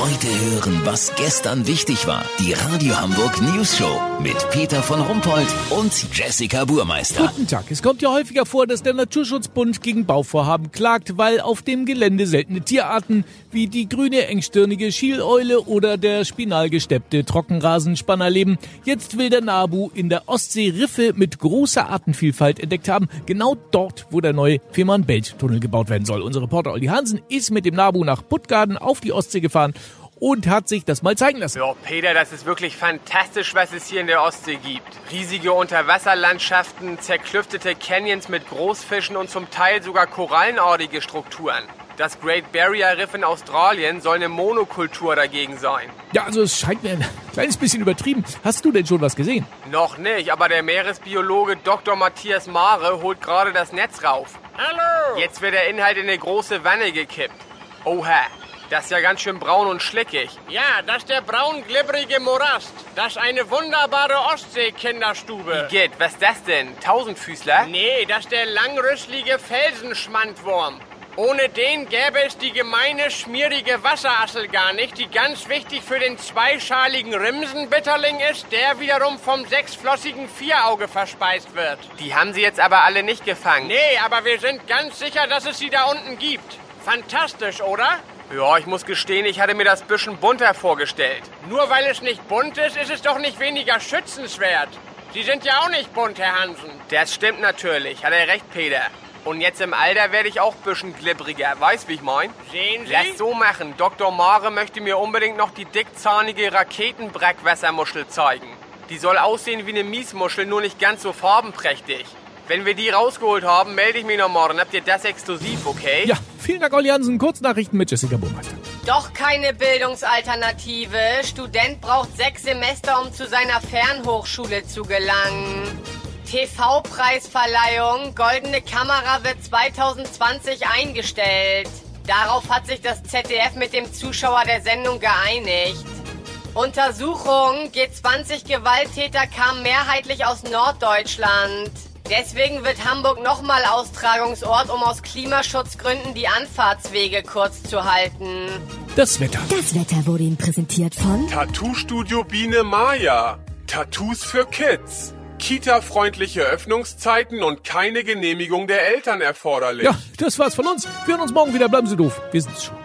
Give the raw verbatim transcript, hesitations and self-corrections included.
Heute hören, was gestern wichtig war. Die Radio Hamburg News Show mit Peter von Rumpold und Jessica Burmeister. Guten Tag. Es kommt ja häufiger vor, dass der Naturschutzbund gegen Bauvorhaben klagt, weil auf dem Gelände seltene Tierarten wie die grüne engstirnige Schieläule oder der spinalgesteppte Trockenrasenspanner leben. Jetzt will der NABU in der Ostsee Riffe mit großer Artenvielfalt entdeckt haben. Genau dort, wo der neue Fehmarn-Belt-Tunnel gebaut werden soll. Unser Reporter Olli Hansen ist mit dem NABU nach Puttgarden auf die Ostsee gefahren und hat sich das mal zeigen lassen. Ja, Peter, das ist wirklich fantastisch, was es hier in der Ostsee gibt. Riesige Unterwasserlandschaften, zerklüftete Canyons mit Großfischen und zum Teil sogar korallenartige Strukturen. Das Great Barrier Reef in Australien soll eine Monokultur dagegen sein. Ja, also es scheint mir ein kleines bisschen übertrieben. Hast du denn schon was gesehen? Noch nicht, aber der Meeresbiologe Doktor Matthias Mare holt gerade das Netz rauf. Hallo! Jetzt wird der Inhalt in eine große Wanne gekippt. Oha, das ist ja ganz schön braun und schlickig. Ja, das ist der braun-glibbrige Morast. Das ist eine wunderbare Ostsee-Kinderstube. Igitt, was ist das denn? Tausendfüßler? Nee, das ist der langrüsslige Felsenschmandwurm. Ohne den gäbe es die gemeine, schmierige Wasserassel gar nicht, die ganz wichtig für den zweischaligen Rimsenbitterling ist, der wiederum vom sechsflossigen Vierauge verspeist wird. Die haben sie jetzt aber alle nicht gefangen. Nee, aber wir sind ganz sicher, dass es sie da unten gibt. Fantastisch, oder? Ja, ich muss gestehen, ich hatte mir das bisschen bunter vorgestellt. Nur weil es nicht bunt ist, ist es doch nicht weniger schützenswert. Sie sind ja auch nicht bunt, Herr Hansen. Das stimmt natürlich, hat er recht, Peter. Und jetzt im Alter werde ich auch ein bisschen glibbriger, weißt wie ich mein? Sehen Sie? Lass so machen. Doktor Mare möchte mir unbedingt noch die dickzahnige Raketenbrackwassermuschel zeigen. Die soll aussehen wie eine Miesmuschel, nur nicht ganz so farbenprächtig. Wenn wir die rausgeholt haben, melde ich mich noch morgen. Habt ihr das exklusiv, okay? Ja, vielen Dank, Olli Hansen. Kurznachrichten mit Jessica Burmeister. Doch keine Bildungsalternative. Student braucht sechs Semester, um zu seiner Fernhochschule zu gelangen. T V-Preisverleihung. Goldene Kamera wird zwanzig zwanzig eingestellt. Darauf hat sich das Z D F mit dem Zuschauer der Sendung geeinigt. Untersuchung. G zwanzig Gewalttäter kamen mehrheitlich aus Norddeutschland. Deswegen wird Hamburg nochmal Austragungsort, um aus Klimaschutzgründen die Anfahrtswege kurz zu halten. Das Wetter. Das Wetter wurde Ihnen präsentiert von Tattoo-Studio Biene Maya. Tattoos für Kids. Kita-freundliche Öffnungszeiten und keine Genehmigung der Eltern erforderlich. Ja, das war's von uns. Wir hören uns morgen wieder. Bleiben Sie doof. Wir sind's schon.